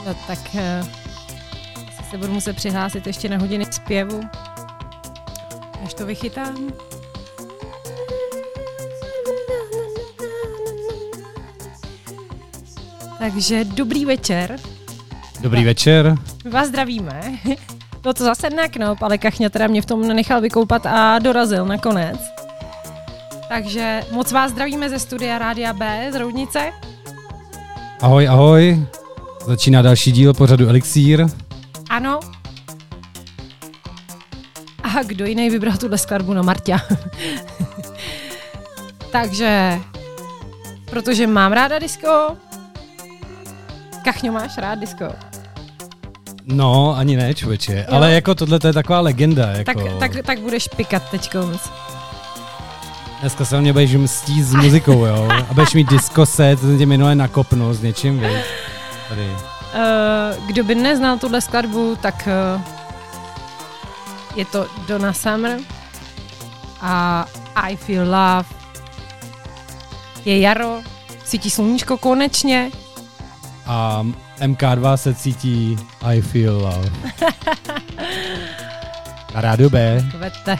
Tak se budu muset přihlásit ještě na hodiny zpěvu, než to vychytám. Takže dobrý večer. Dobrý večer. My vás zdravíme. Bylo to zase na knop, ale Kachňa teda mě v tom nenechal vykoupat a dorazil nakonec. Takže moc vás zdravíme ze studia Rádia B z Roudnice. Ahoj, ahoj. Začíná další díl pořadu Elixír. Ano. A kdo jiný vybral tuhle skladbu? No Marťa. Takže, protože mám ráda disco. Kachňo, máš rád disco? No, ani ne, člověče. Ale jako tohle to je taková legenda. Jako... Tak budeš pikat teďkonc. Dneska se mě budeš mstít s muzikou, jo? A budeš mít disco set, tě minule nakopnu s něčím, víš? Tady. Kdo by neznal tuhle skladbu, tak je to Donna Summer a I Feel Love. Je jaro, cítí sluníčko konečně. A MK2 se cítí I Feel Love. Na Rádiu B. Kvete.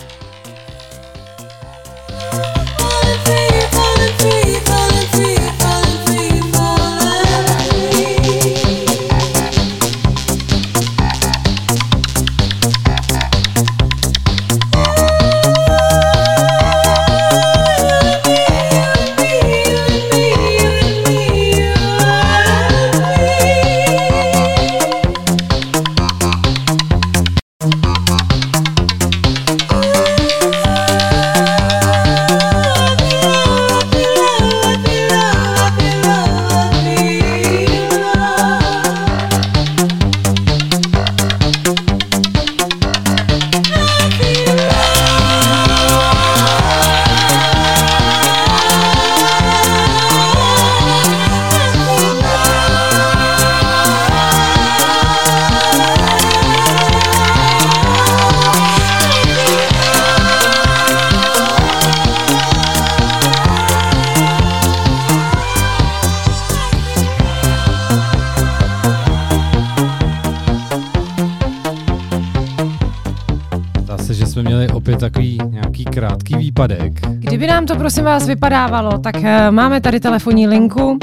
Takový nějaký krátký výpadek. Kdyby nám to prosím vás vypadávalo, tak máme tady telefonní linku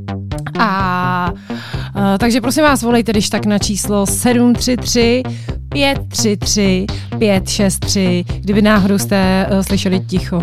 a takže prosím vás volejte když tak na číslo 733 533 563, kdyby náhodou jste slyšeli ticho.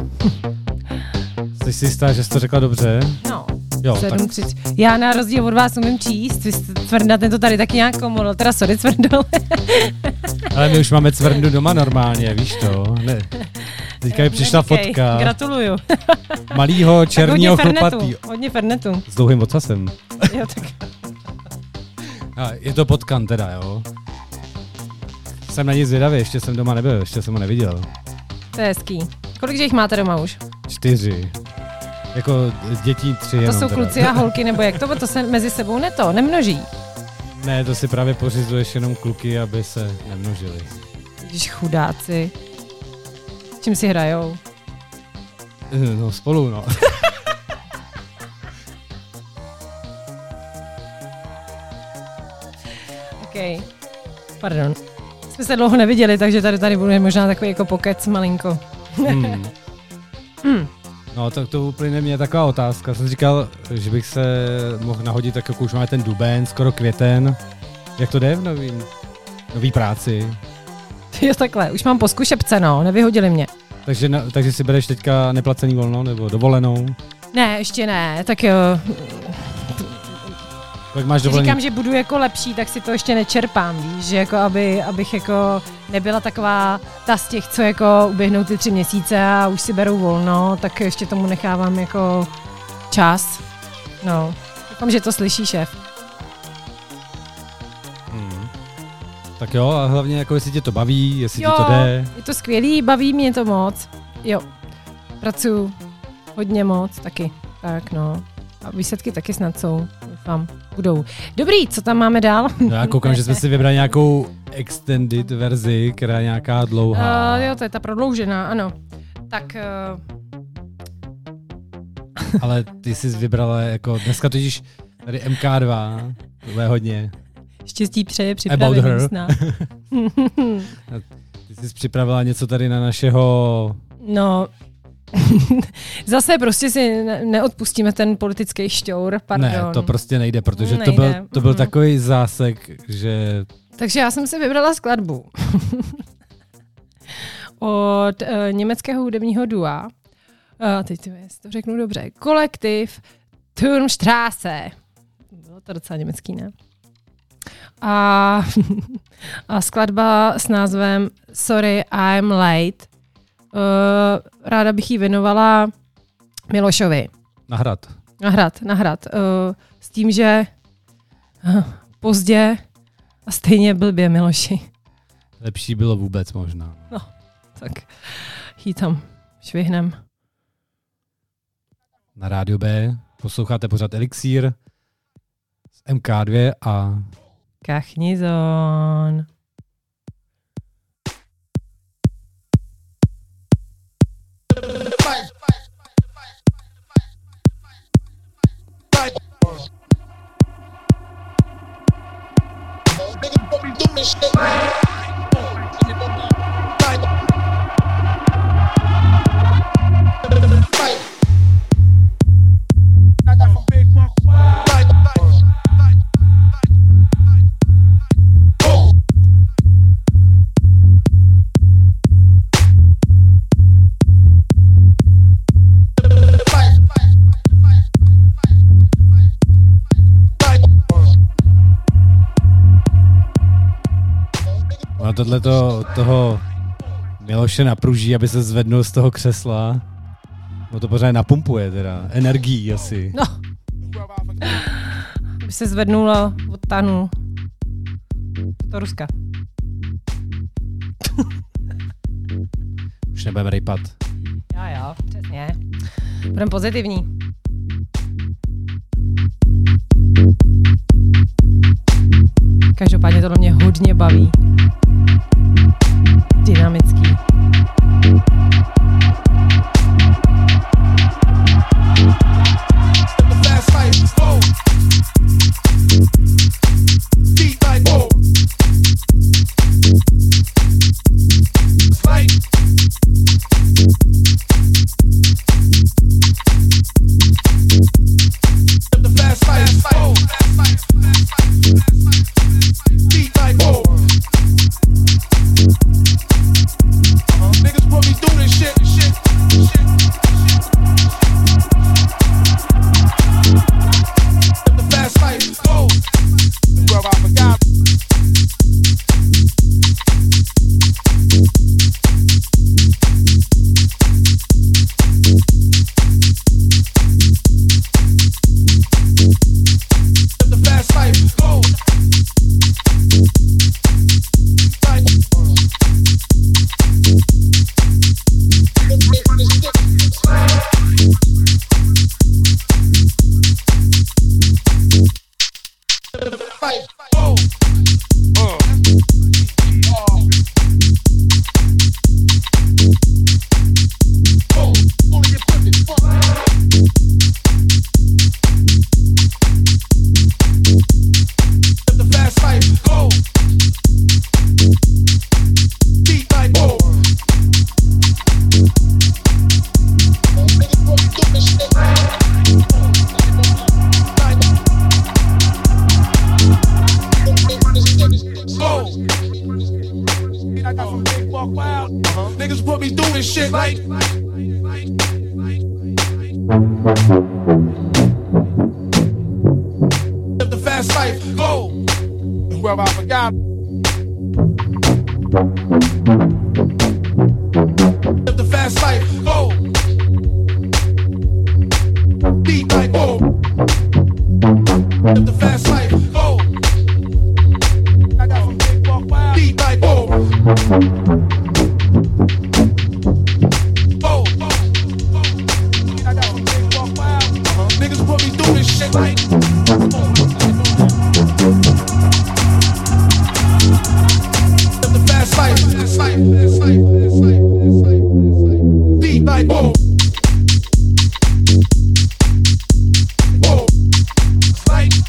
Jsi si jistá, že jsi to řekla dobře? No. Jo, 733. Já na rozdíl od vás umím číst, vy Cvrnda ten to tady taky nějak komolil, teda sorry Cvrndol. Ale my už máme Cvrndu doma normálně, víš to? Ne. Teďka mi přišla fotka. Gratuluju. Malýho černého chlupatýho. Hodně fernetu. S dlouhým ocasem. Jo, tak. A je to potkan teda, jo? Jsem na nic zvědavý, ještě jsem doma nebyl, ještě jsem ho neviděl. To je hezký. Kolik jich máte doma už? 4. Jako dětí 3 jenom. To jsou teda. kluci a holky, nebo jak to se mezi sebou nemnoží? Ne, to si právě pořizuješ jenom kluky, aby se nemnožili. Když chudáci. Čím si hrajou? No spolu, no. OK. Pardon. Jsme se dlouho neviděli, takže tady bude možná takový jako pokec malinko. No tak to úplně mě taková otázka. Jsem říkal, že bych se mohl nahodit, tak jako už máme ten duben, skoro květen. Jak to jde v nový práci? Jo takhle, už mám po zkušebce, no, nevyhodili mě. Takže si bereš teďka neplacený volno nebo dovolenou? Ne, ještě ne, tak jo. Tak máš dovolený? Říkám, že budu jako lepší, tak si to ještě nečerpám, víš, že jako abych jako nebyla taková ta z těch, co jako uběhnou ty 3 měsíce a už si berou volno, tak ještě tomu nechávám jako čas. No, doufám, že to slyší šéf. Tak jo, a hlavně jako jestli tě to baví, jestli jo, ti to jde. Je to skvělý, baví mě to moc. Jo, pracuji hodně moc taky, tak no. A výsledky taky snad jsou, doufám, budou. Dobrý, co tam máme dál? No já koukám, že jsme si vybrali nějakou extended verzi, která je nějaká dlouhá. Jo, to je ta prodloužená, ano. Tak... Ale ty jsi vybrala jako, dneska totiž Tady MK2, to je hodně. Štěstí přeje připravený sna. Ty jsi připravila něco tady na našeho... No, zase prostě si neodpustíme ten politický šťour, pardon. Ne, to prostě nejde, protože to byl takový zásek, že... Takže já jsem si vybrala skladbu od německého hudebního dua. Teď to řeknu dobře. Kolektiv Turmstrasse. Bylo to docela německý, ne? A skladba s názvem Sorry, I'm Late. Ráda bych ji věnovala Milošovi. Na hrad. S tím, že pozdě a stejně blbě, Miloši. Lepší bylo vůbec možná. No, tak ji tam švihnem. Na Rádiu B posloucháte pořád Elixír z MK2 a Kachnizon. Tohleto toho Miloše napruží, aby se zvednul z toho křesla. No to pořád napumpuje teda. Energií asi. No. Aby se zvednula od tanu. To Ruska. Už nebudeme rejpat. Jo, přesně. Budeme pozitivní. Každopádně tohle mě hodně baví. Dynamický. Fight.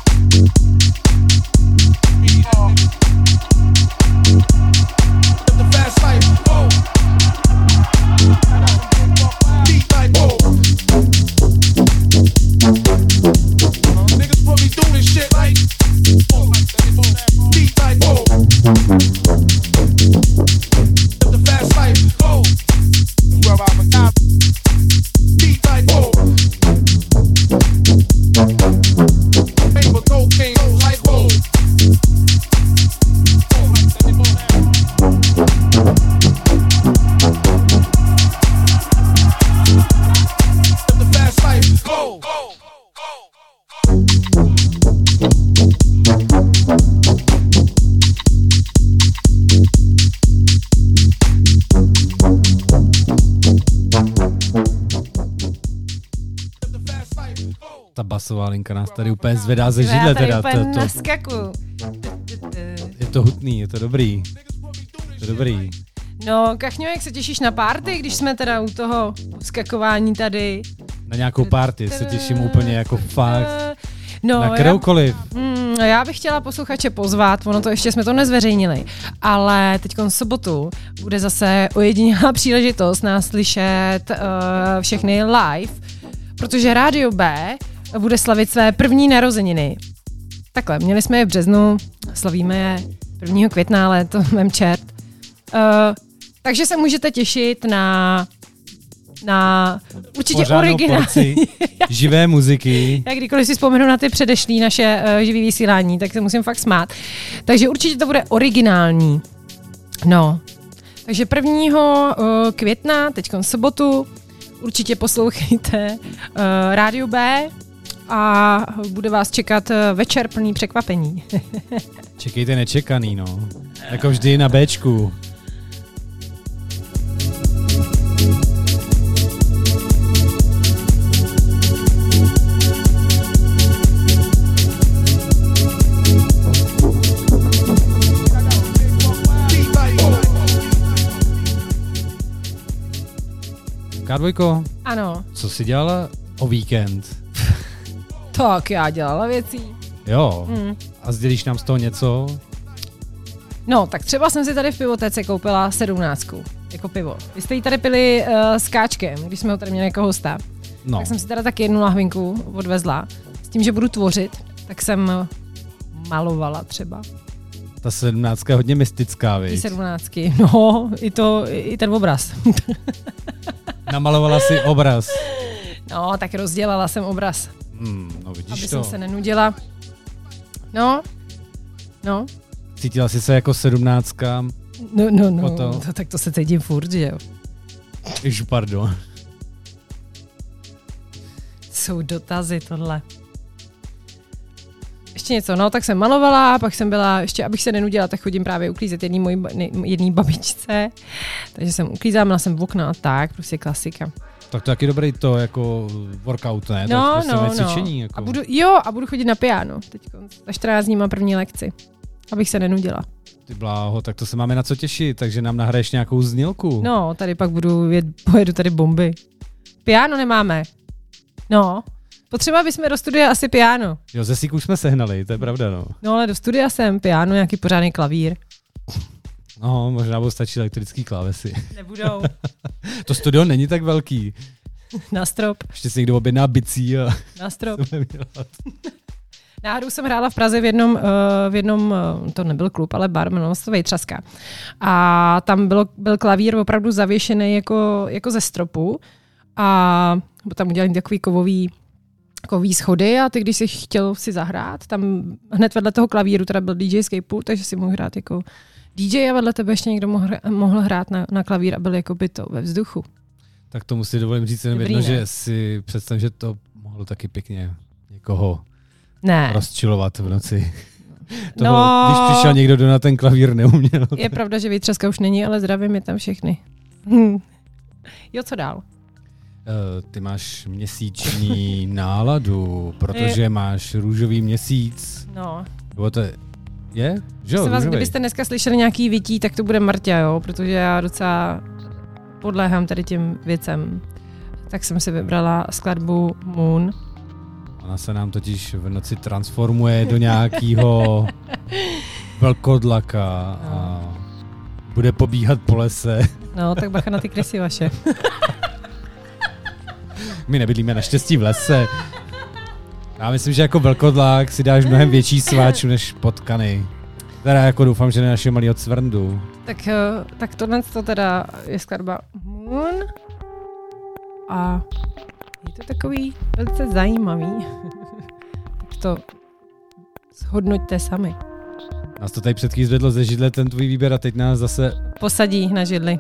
Ta basová linka nás tady úplně zvedá ze židle. Já tady úplně naskakuju. Je to hutný, je to dobrý. No, Kachňo, jak se těšíš na party, když jsme teda u toho skakování tady? Na nějakou party se těším úplně jako fakt. No, na kteroukoliv. Já bych chtěla posluchače pozvat, ono to ještě jsme to nezveřejnili, ale teď v sobotu bude zase ojedinělá příležitost nás slyšet všechny live, protože Rádio B bude slavit své první narozeniny. Takhle, měli jsme je v březnu, slavíme je 1. května, ale to mém čert. Takže se můžete těšit na určitě originální živé muziky. Já kdykoliv si vzpomenu na ty předešlý naše živý vysílání, tak se musím fakt smát. Takže určitě to bude originální. No, takže 1. května, teďkon v sobotu, určitě poslouchejte Rádio B a bude vás čekat večer plný překvapení. Čekejte nečekaný, no. Jako vždy na Bčku. K2, ano. Co jsi dělala o víkend? Tak já dělala věcí. Jo. A sdělíš nám z toho něco? No, tak třeba jsem si tady v pivotéce koupila 17 jako pivo. Vy jste ji tady pili s káčkem, když jsme ho tady měli jako hosta. No. Tak jsem si teda taky jednu lahvinku odvezla. S tím, že budu tvořit, tak jsem malovala třeba. Ta 17 je hodně mystická, viď? Ty 17, no, i ten obraz. Namalovala si obraz. No, tak rozdělala jsem obraz. No vidíš aby to. jsem se nenudila. No. Cítila jsi se jako 17? No, tak to se cítím furt, že jo. Ježiš, pardon. Jsou dotazy tohle. Ještě něco, no, tak jsem malovala, pak jsem byla, ještě abych se nenudila, tak chodím právě uklízet jedný babičce. Takže jsem uklízela, měla jsem v okna a tak, prostě klasika. Tak to taky dobrý to jako workout, ne? No, prostě cvičení. Jako. A budu chodit na piano. Teď za 14 dní mám první lekci, abych se nenudila. Ty bláho, tak to se máme na co těšit, takže nám nahraješ nějakou znělku. No, tady pak pojedu tady bomby. Piano nemáme. No, potřeba bychom do studia asi piano. Jo, ze síku už jsme sehnali, to je pravda, no. No, ale do studia jsem piano, nějaký pořádný klavír. No, možná budou stačit elektrický klávesy. Nebudou. To studio není tak velký. Na strop. Ještě si někdo objedná bicí a... Na strop. Náhodou jsem hrála v Praze v jednom, to nebyl klub, ale bar, jmenovalo se to Vejtřaska. A tam byl klavír opravdu zavěšený jako ze stropu a tam udělali takový kovový schody a ty, když jsi chtěl si zahrát, tam hned vedle toho klavíru teda byl DJský pult, takže si mohl hrát jako DJ a vedle tebe ještě někdo mohl hrát na klavír a byl jako by to ve vzduchu. Tak tomu si dovolím říct jenom jedno, že si představím, že to mohlo taky pěkně někoho rozčilovat v noci. Když přišel někdo, kdo na ten klavír neuměl. Je pravda, že Vejtřaska už není, ale zdravím je tam všechny. Jo, co dál? Ty máš měsíční náladu, protože máš růžový měsíc. No. Bylo to je? Že jo, kdybyste dneska slyšeli nějaký vytí, tak to bude Marťa, jo, protože já docela podléhám tady těm věcem. Tak jsem si vybrala skladbu Moon. Ona se nám totiž v noci transformuje do nějakého velkodlaka a bude pobíhat po lese. No, tak bacha na ty krysy vaše. My nebydlíme naštěstí v lese. Já myslím, že jako velkodlák si dáš mnohem větší sváču než potkany. Teda jako doufám, že ne naše malýho cvrndu. Tak tohle to teda je skladba Moon. A je to takový velice zajímavý. Tak to shodnoťte sami. Nás to tady předtím zvedlo ze židle ten tvůj výběr a teď nás zase posadí na židli.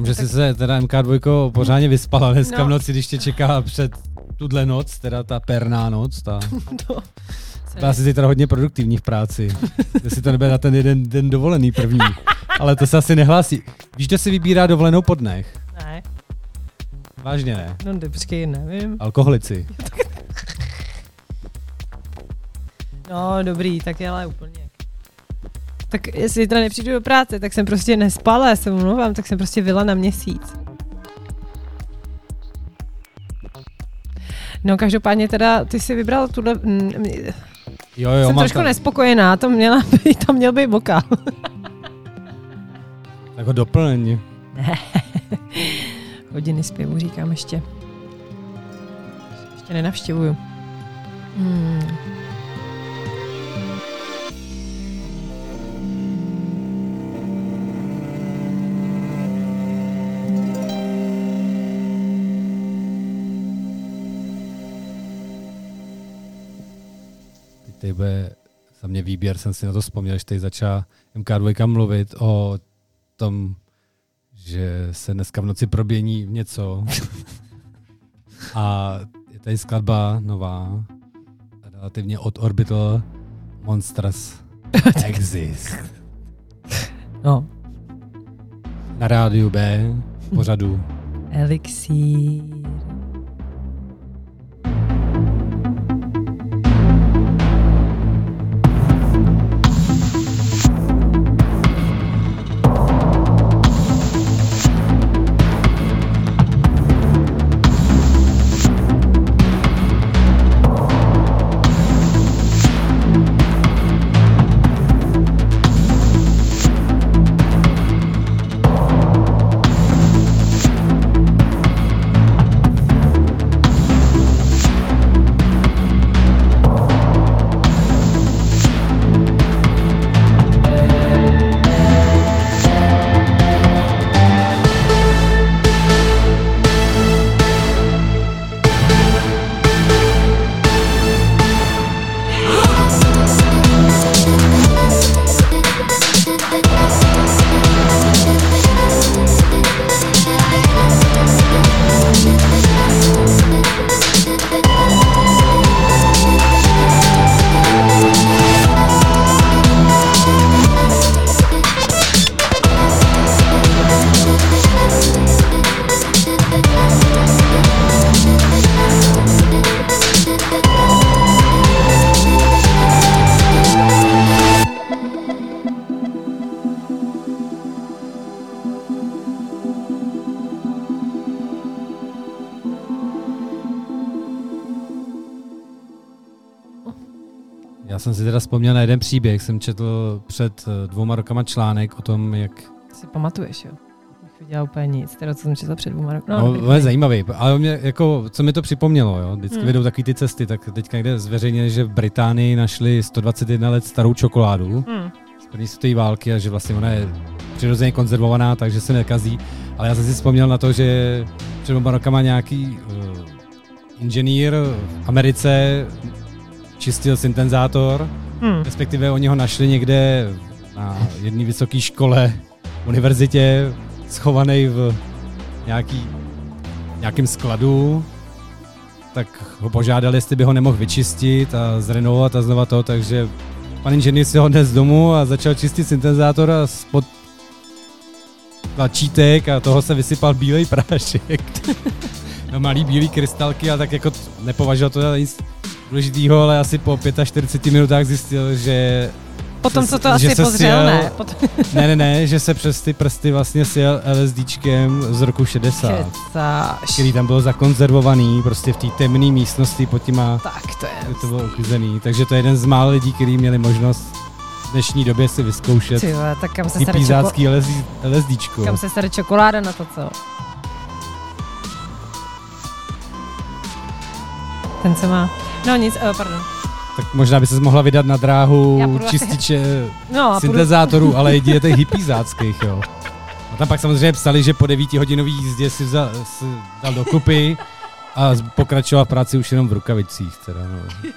že jsi se teda MK2 pořádně vyspala dneska v noci, když tě čeká před tuhle noc, teda ta perná noc. Byla jsi teda hodně produktivní v práci. Jestli to nebude na ten jeden den dovolený první. Ale to se asi nehlásí. Víš, kdo si vybírá dovolenou po dnech? Ne. Vážně ne? No počkej, nevím. Alkoholici. No dobrý, tak je ale úplně. Tak jestli teda nepřijdu do práce, tak jsem prostě nespala, já se omlouvám, tak jsem prostě vyla na měsíc. No každopádně teda, ty jsi vybral tuhle... Jo, jsem trošku nespokojená, to měl být vokál. Tak ho doplň. Ne. Hodiny zpěvu říkám ještě. Ještě nenavštěvuju. Teď bude za mě výběr, jsem si na to vzpomněl, že tady začala MK2 mluvit o tom, že se dneska v noci probění něco. A je tady skladba nová, relativně od Orbital, Monsters Exist. No. Na rádiu B, pořadu Elixír. Já jsem si teda vzpomněl na jeden příběh, jsem četl před 2 rokama článek o tom, jak... Si pamatuješ, jo? Bych viděla úplně nic, teda co jsem četl před 2 roky. No, je zajímavý, ale mě, jako, co mi to připomnělo, jo? Vždycky vedou takový ty cesty, tak teďka někde zveřejněno, že v Británii našli 121 let starou čokoládu z první světové války a že vlastně ona je přirozeně konzervovaná, takže se nekazí. Ale já jsem si vzpomněl na to, že před 2 rokama nějaký inženýr v Americe čistil syntezátor, respektive oni ho našli někde na jedné vysoké škole, univerzitě, schovaný v nějakém skladu, tak ho požádali, jestli by ho nemohl vyčistit a zrenovovat a znova to, takže pan inženýr si ho dnes domů a začal čistit syntezátor a spod tlačítek a toho se vysypal bílej prášek. No, malý bílý krystalky a tak jako nepovažoval to za nic důležitýho, ale asi po 45 minutách zjistil, že... Potom, co to asi pozřel, ne? Ne, že se přes ty prsty vlastně sjel LSDčkem z roku 60. Který tam byl zakonzervovaný prostě v té temné místnosti pod těma... Tak to je. To bylo uklizený. Takže to je jeden z mála lidí, kteří měli možnost v dnešní době si vyzkoušet tak kam se hypízácký LSDčko. Kam se stane čokoláda na to, co? Ten, co má... No nic, pardon. Tak možná by ses mohla vydat na dráhu čističe syntezátorů, ale jedině těch hypízáckých, jo. A tam pak samozřejmě psali, že po 9hodinový jízdě si dal dokupy a pokračoval v práci už jenom v rukavicích, teda, no.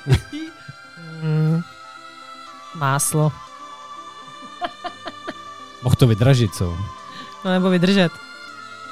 Máslo. Mohl to vydražit, co? No nebo vydržet.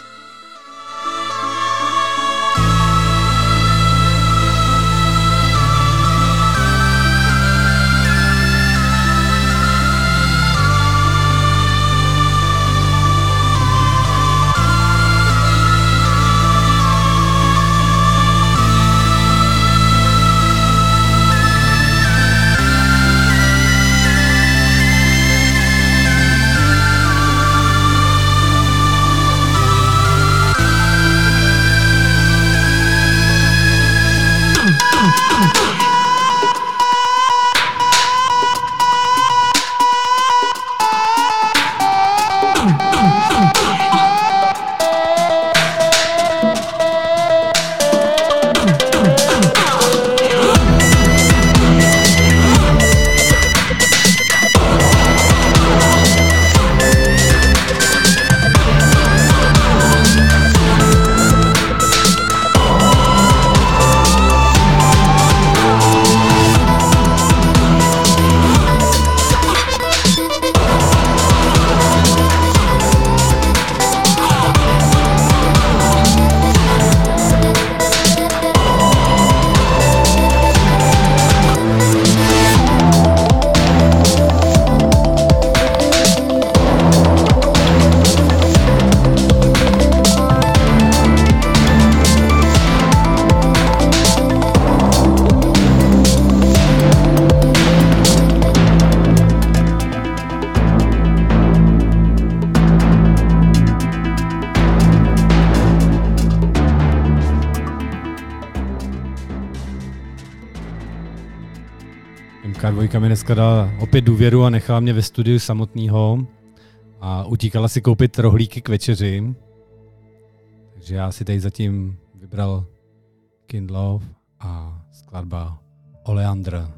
MK2 mi dneska dala opět důvěru a nechala mě ve studiu samotného a utíkala si koupit rohlíky k večeři. Takže já si tady zatím vybral Kindlov a skladba Oleandr.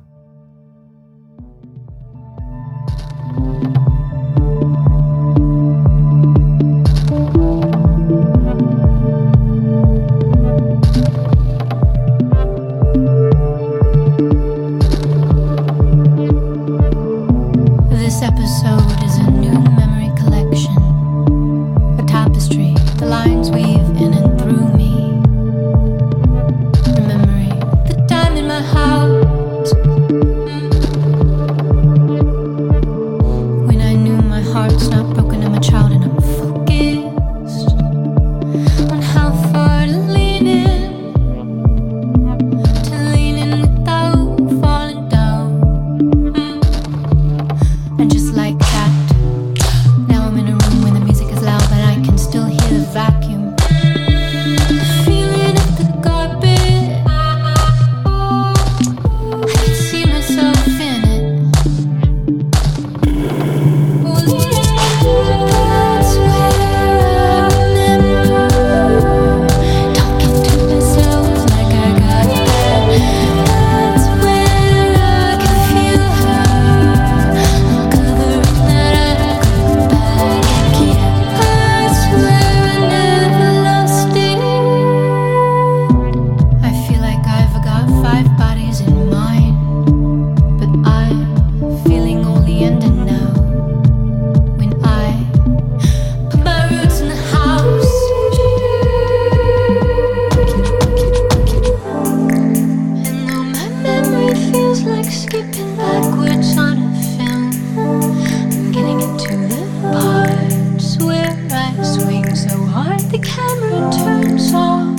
This episode is a new memory collection, a tapestry, the lines weave in and through me. Remembering the time in my house, when I knew my heart's not broken, I'm a child and I'm focused on how far to lean in without falling down. And just like that, now I'm in a room where the music is loud, but I can still hear the vacuum. The feeling of the carpet, I can see myself in it. Oh, that's where I remember talking to myself like I got that. That's where I can feel her. I feel like I've got 5 bodies in mine, but I'm feeling only ended now. When I put my roots in the house, and though my memory feels like skipping backwards on a film, I'm getting into the parts where I swing so hard the camera turns off.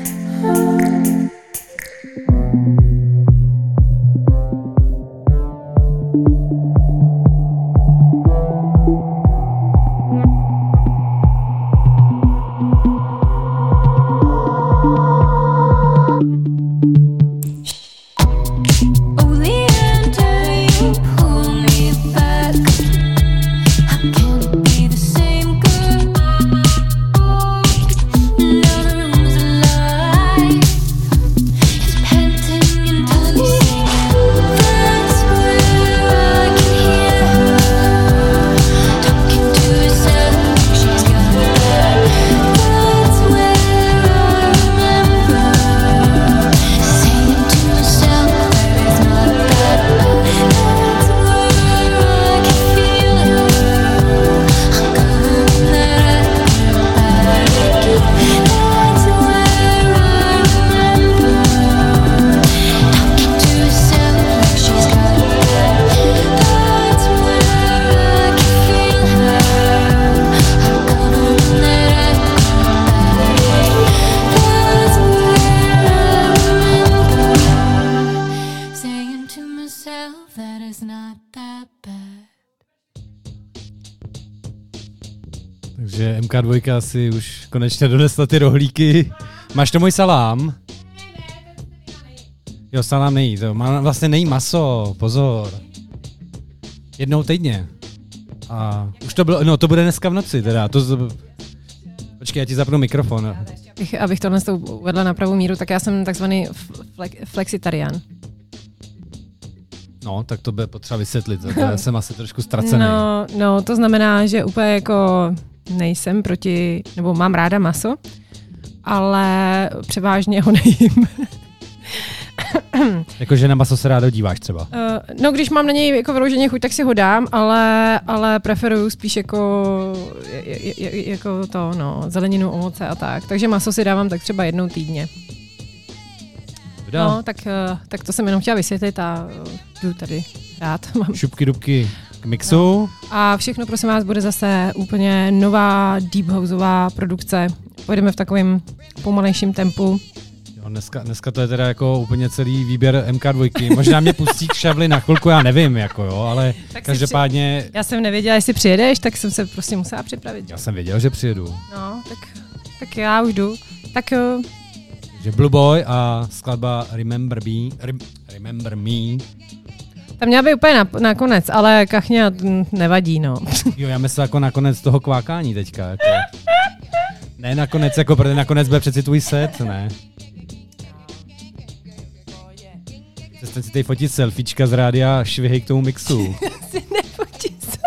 Oleander, you pull me back. I can't be the same girl. Now the room's alive. It's panting until you sing it. That's where I can hear her talking to herself like she's got that. That's where I remember saying to myself there is not that bad. That's where I can feel her. I'm gonna let her back again. That's where I remember talking to herself like she's got that. That's where I can feel her. I'm gonna let her back again. That's where I remember saying to myself that it's not that bad. Takže MK2 si už konečně donesla ty rohlíky. Máš to můj salám? Jo, salám nejí, to vlastně nejí maso, pozor. Jednou týdně. A už to bylo, no to bude dneska v noci teda. Počkej, já ti zapnu mikrofon. Abych tohle uvedla na pravou míru, tak já jsem takzvaný flexitarián. No, tak to bude potřeba vysvětlit, já jsem asi trošku ztracený. No, to znamená, že úplně jako nejsem proti, nebo mám ráda maso, ale převážně ho nejím. Jakože na maso se ráda díváš třeba? No, když mám na něj jako vyloženě chuť, tak si ho dám, ale preferuju spíš jako to, no, zeleninu, ovoce a tak. Takže maso si dávám tak třeba jednou týdně. No, tak to jsem jenom chtěla vysvětlit a jdu tady rád. Šupky dubky k mixu. No. A všechno, prosím vás, bude zase úplně nová deep houseová produkce. Pojedeme v takovém pomalejším tempu. Jo, dneska to je teda jako úplně celý výběr MK2. Možná mě pustí k šavli na chvilku, já nevím, jako jo, ale tak každopádně... Já jsem nevěděla, jestli přijedeš, tak jsem se prostě musela připravit. Já jsem věděl, že přijedu. No, tak já už jdu. Tak jo. Takže Blue Boy a skladba Remember Me. Tam měla být úplně nakonec, ale kachně nevadí, no. Jo, já myslím jako nakonec toho kvákání teďka. Jako. Ne nakonec, jako, protože nakonec bude přeci tvůj set, ne? Přestaň si tady fotit selfiečka z rádia a švihej k tomu mixu. Si nefotí selfiečka.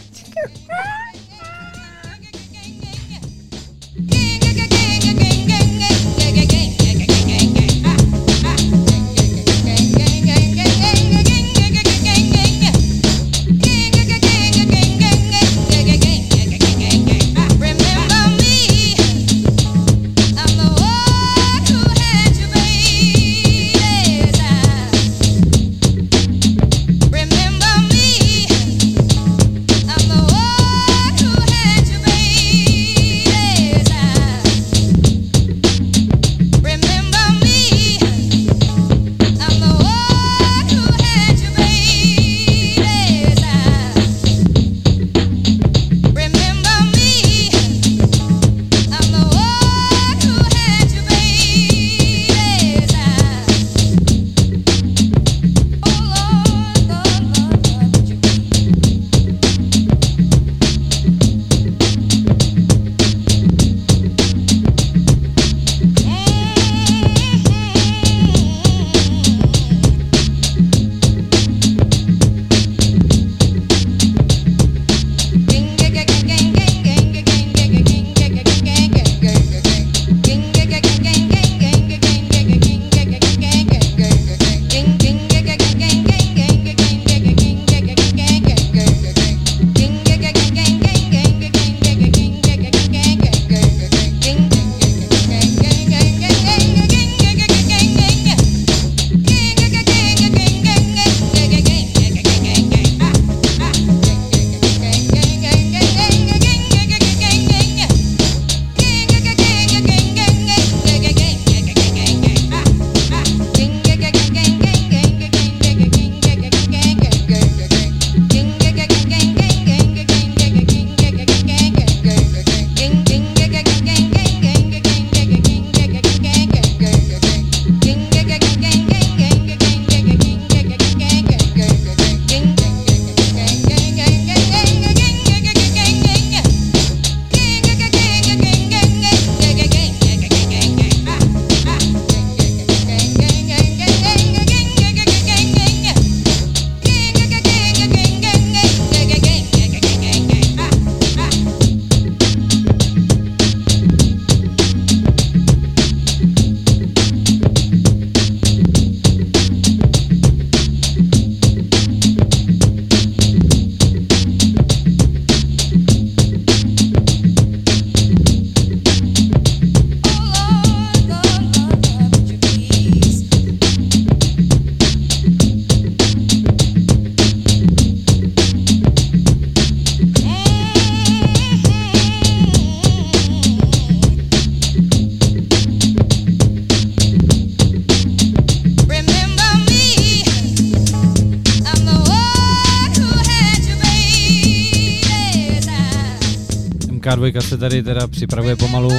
MK2 se tady teda připravuje pomalu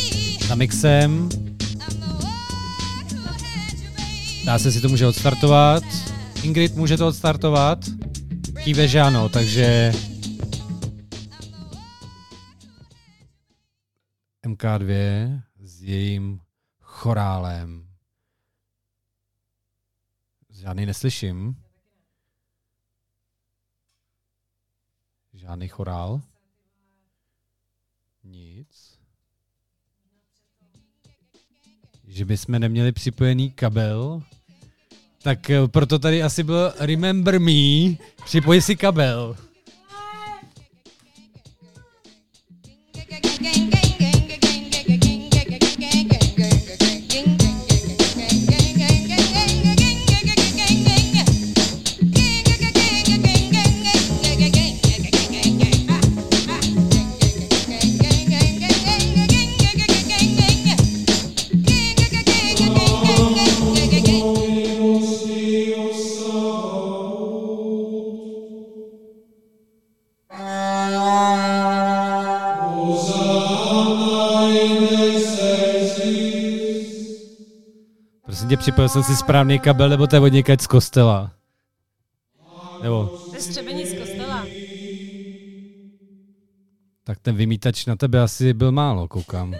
za mixem. Dá se si to může odstartovat. Ingrid může to odstartovat. Kýve, že ano, takže MK2 s jejím chorálem. Žádný neslyším. Žádný chorál. Nic. Že bychom neměli připojený kabel, tak proto tady asi byl Remember Me, připoj si kabel. Připojil jsem si správný kabel, nebo to je od někaď z kostela. Nebo... Střebení z kostela. Tak ten vymítač na tebe asi byl málo, koukám.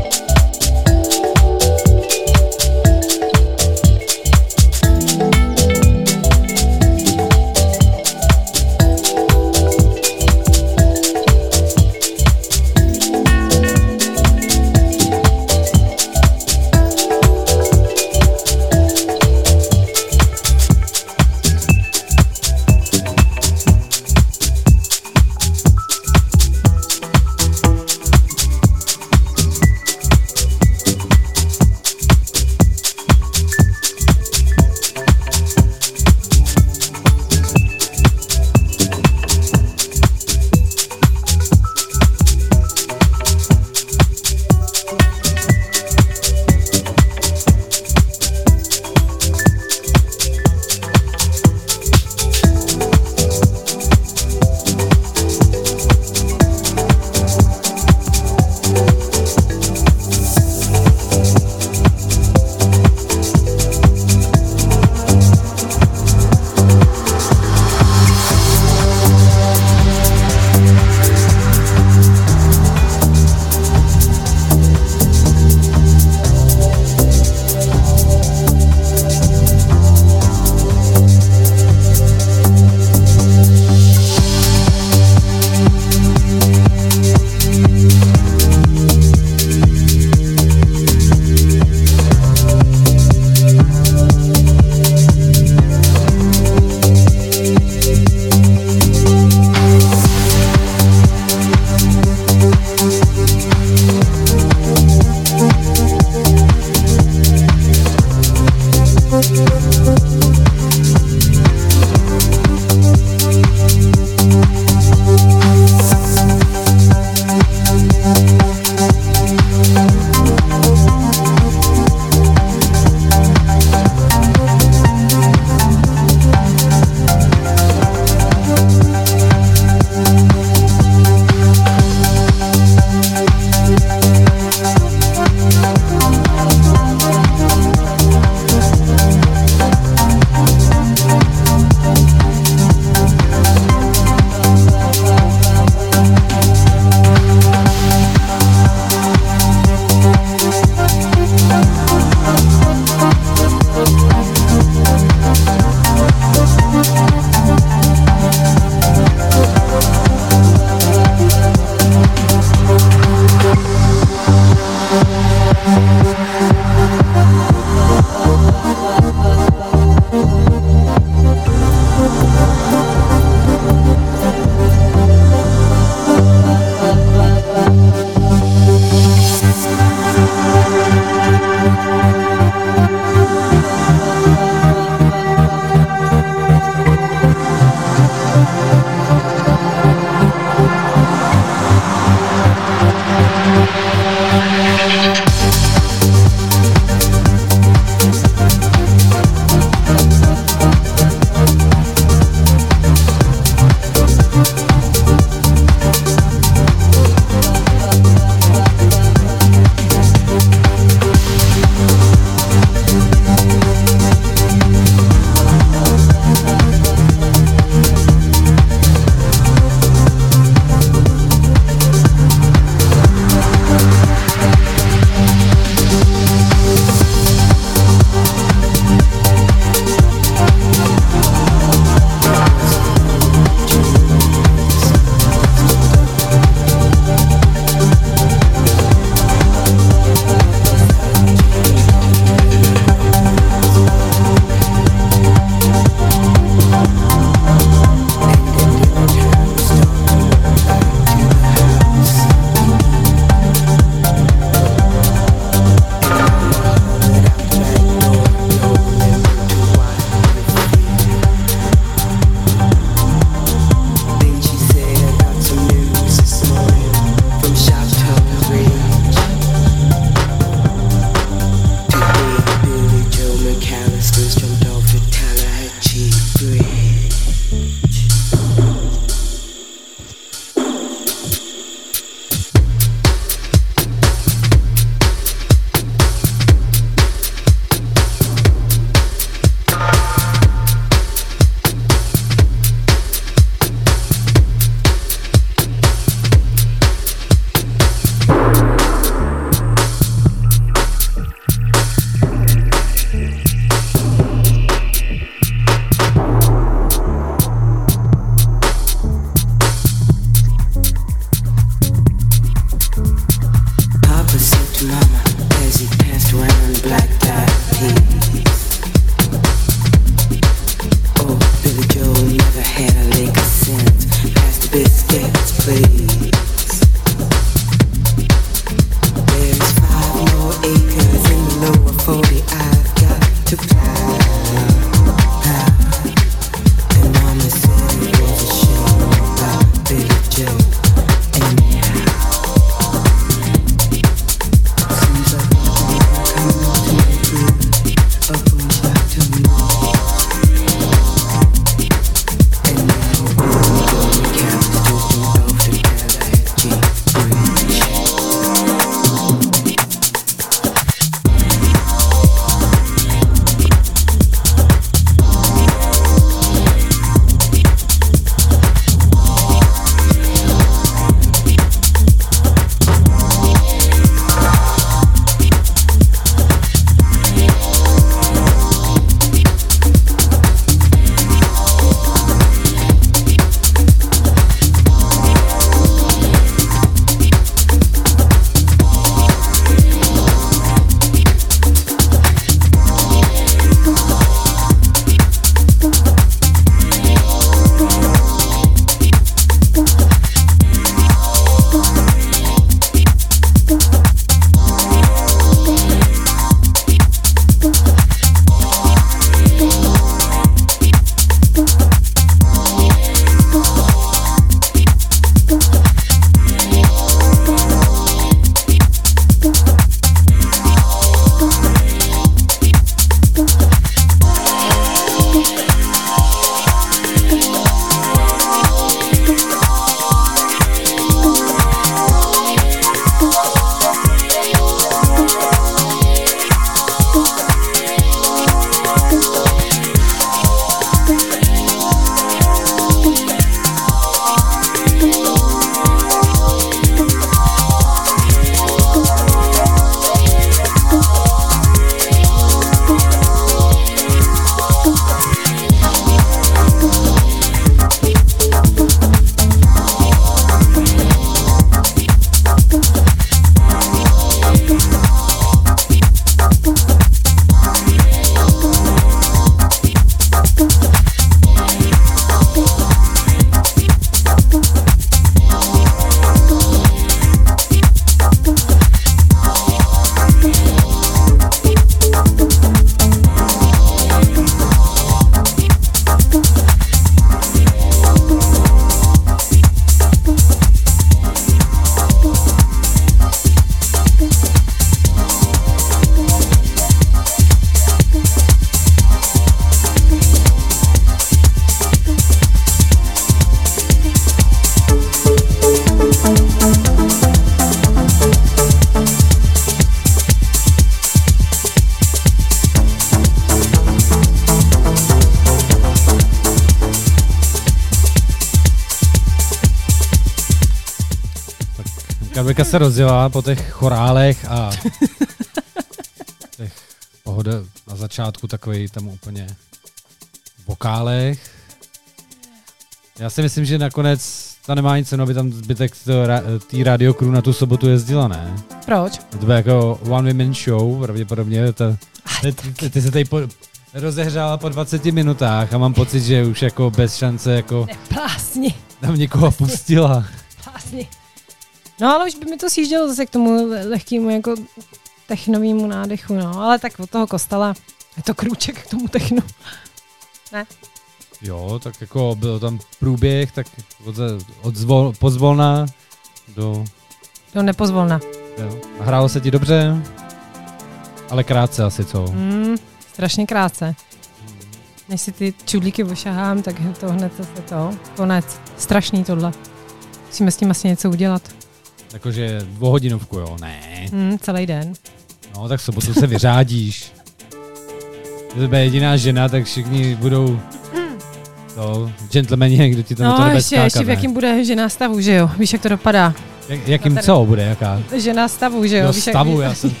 Kabelka se rozjela po těch chorálech a těch pohoda na začátku takový tam úplně vokálech. Já si myslím, že nakonec to nemá nic cenu, aby tam zbytek té Radio Crew na tu sobotu jezdila, ne? Proč? To bude jako one woman show, pravděpodobně. Ty se tady rozehřála po 20 minutách a mám pocit, že už jako bez šance jako Neplásni. tam někoho pustila. Plásni. No ale už by mi to sjíždělo zase k tomu lehkému jako technovému nádechu, no. Ale tak od toho Kostela je to krůček k tomu technu. Ne? Jo, tak jako byl tam průběh, tak pozvolna do nepozvolna. Jo. A hrálo se ti dobře, ale krátce asi, co? Strašně krátce. Než si ty čudlíky ošahám, tak to hned zase to. Konec. Strašný tohle. Musíme s tím asi něco udělat. Jakože 2 hodinovku, jo? Ne. Celý den. No, tak v sobotu se vyřádíš. Když bude jediná žena, tak všichni budou gentlemani, kdo ti to na to nebude skákat. Ještě v jakým bude žena stavu, že jo? Víš, jak to dopadá? Jakým co bude, jaká? Žena stavu, že jo? No Víš, stavu, já jsem to...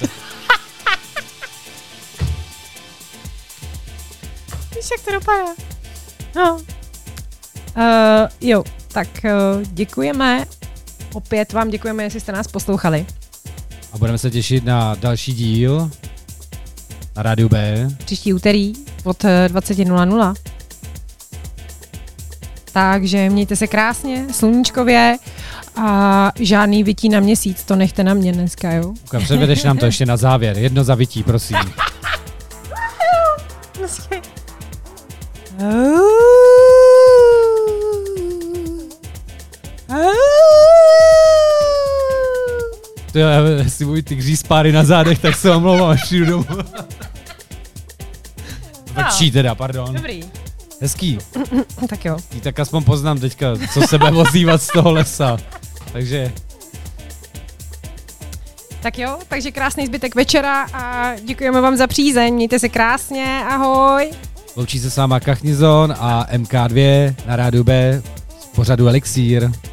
Víš, jak to dopadá? No. Jo, tak děkujeme. Opět vám děkujeme, jestli jste nás poslouchali. A budeme se těšit na další díl na Rádiu B. Příští úterý od 20:00. Takže mějte se krásně, sluníčkově a žádný vytí na měsíc, to nechte na mě dneska, jo? Předvedeš nám to ještě na závěr, jedno zavití, prosím. To já, jestli můj tygří spáry na zádech, tak se omlouvám, až přijdu domů. Vlčí teda, pardon. Dobrý. Hezký. Tak jo. Tak aspoň poznám teďka, co se bude ozývat z toho lesa. Takže... Tak jo, takže krásný zbytek večera a děkujeme vám za přízeň. Mějte se krásně, ahoj. Loučí se s váma Kachnizon a MK2 na Rádiu B z pořadu Elixír.